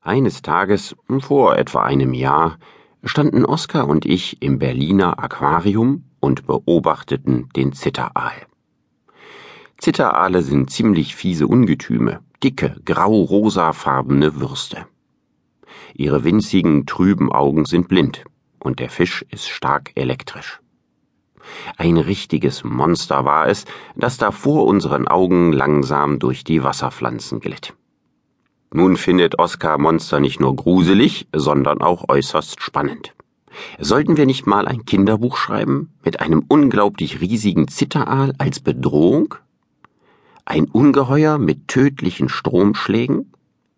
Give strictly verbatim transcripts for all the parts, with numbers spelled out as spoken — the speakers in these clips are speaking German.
Eines Tages, vor etwa einem Jahr, standen Oskar und ich im Berliner Aquarium und beobachteten den Zitteraal. Zitteraale sind ziemlich fiese Ungetüme, dicke, grau-rosafarbene Würste. Ihre winzigen, trüben Augen sind blind und der Fisch ist stark elektrisch. Ein richtiges Monster war es, das da vor unseren Augen langsam durch die Wasserpflanzen glitt. Nun findet Oskar Monster nicht nur gruselig, sondern auch äußerst spannend. Sollten wir nicht mal ein Kinderbuch schreiben mit einem unglaublich riesigen Zitteraal als Bedrohung? Ein Ungeheuer mit tödlichen Stromschlägen?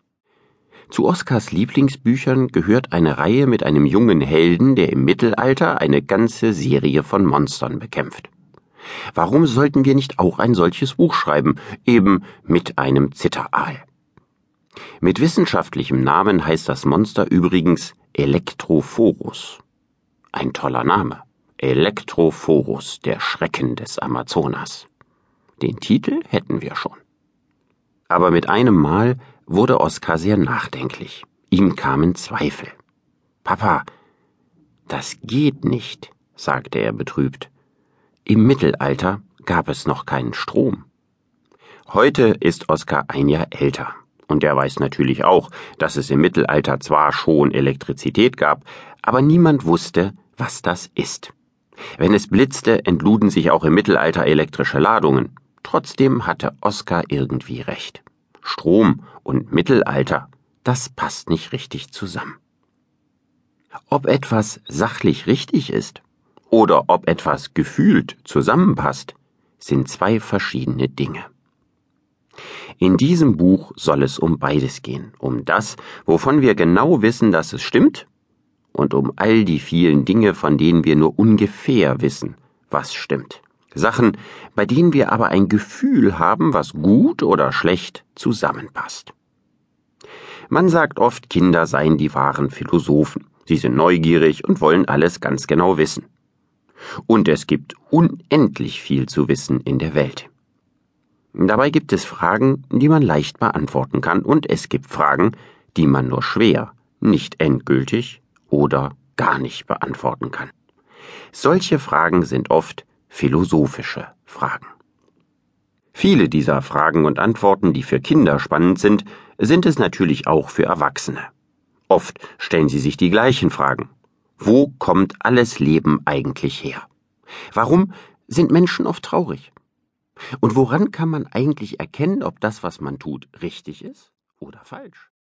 Zu Oskars Lieblingsbüchern gehört eine Reihe mit einem jungen Helden, der im Mittelalter eine ganze Serie von Monstern bekämpft. Warum sollten wir nicht auch ein solches Buch schreiben, eben mit einem Zitteraal? Mit wissenschaftlichem Namen heißt das Monster übrigens Electrophorus. Ein toller Name. Electrophorus, der Schrecken des Amazonas. Den Titel hätten wir schon. Aber mit einem Mal wurde Oskar sehr nachdenklich. Ihm kamen Zweifel. »Papa, das geht nicht«, sagte er betrübt. »Im Mittelalter gab es noch keinen Strom.« Heute ist Oskar ein Jahr älter. Und er weiß natürlich auch, dass es im Mittelalter zwar schon Elektrizität gab, aber niemand wusste, was das ist. Wenn es blitzte, entluden sich auch im Mittelalter elektrische Ladungen. Trotzdem hatte Oskar irgendwie recht. Strom und Mittelalter, das passt nicht richtig zusammen. Ob etwas sachlich richtig ist oder ob etwas gefühlt zusammenpasst, sind zwei verschiedene Dinge. In diesem Buch soll es um beides gehen, um das, wovon wir genau wissen, dass es stimmt, und um all die vielen Dinge, von denen wir nur ungefähr wissen, was stimmt. Sachen, bei denen wir aber ein Gefühl haben, was gut oder schlecht zusammenpasst. Man sagt oft, Kinder seien die wahren Philosophen. Sie sind neugierig und wollen alles ganz genau wissen. Und es gibt unendlich viel zu wissen in der Welt. Dabei gibt es Fragen, die man leicht beantworten kann, und es gibt Fragen, die man nur schwer, nicht endgültig oder gar nicht beantworten kann. Solche Fragen sind oft philosophische Fragen. Viele dieser Fragen und Antworten, die für Kinder spannend sind, sind es natürlich auch für Erwachsene. Oft stellen sie sich die gleichen Fragen. Wo kommt alles Leben eigentlich her? Warum sind Menschen oft traurig? Und woran kann man eigentlich erkennen, ob das, was man tut, richtig ist oder falsch?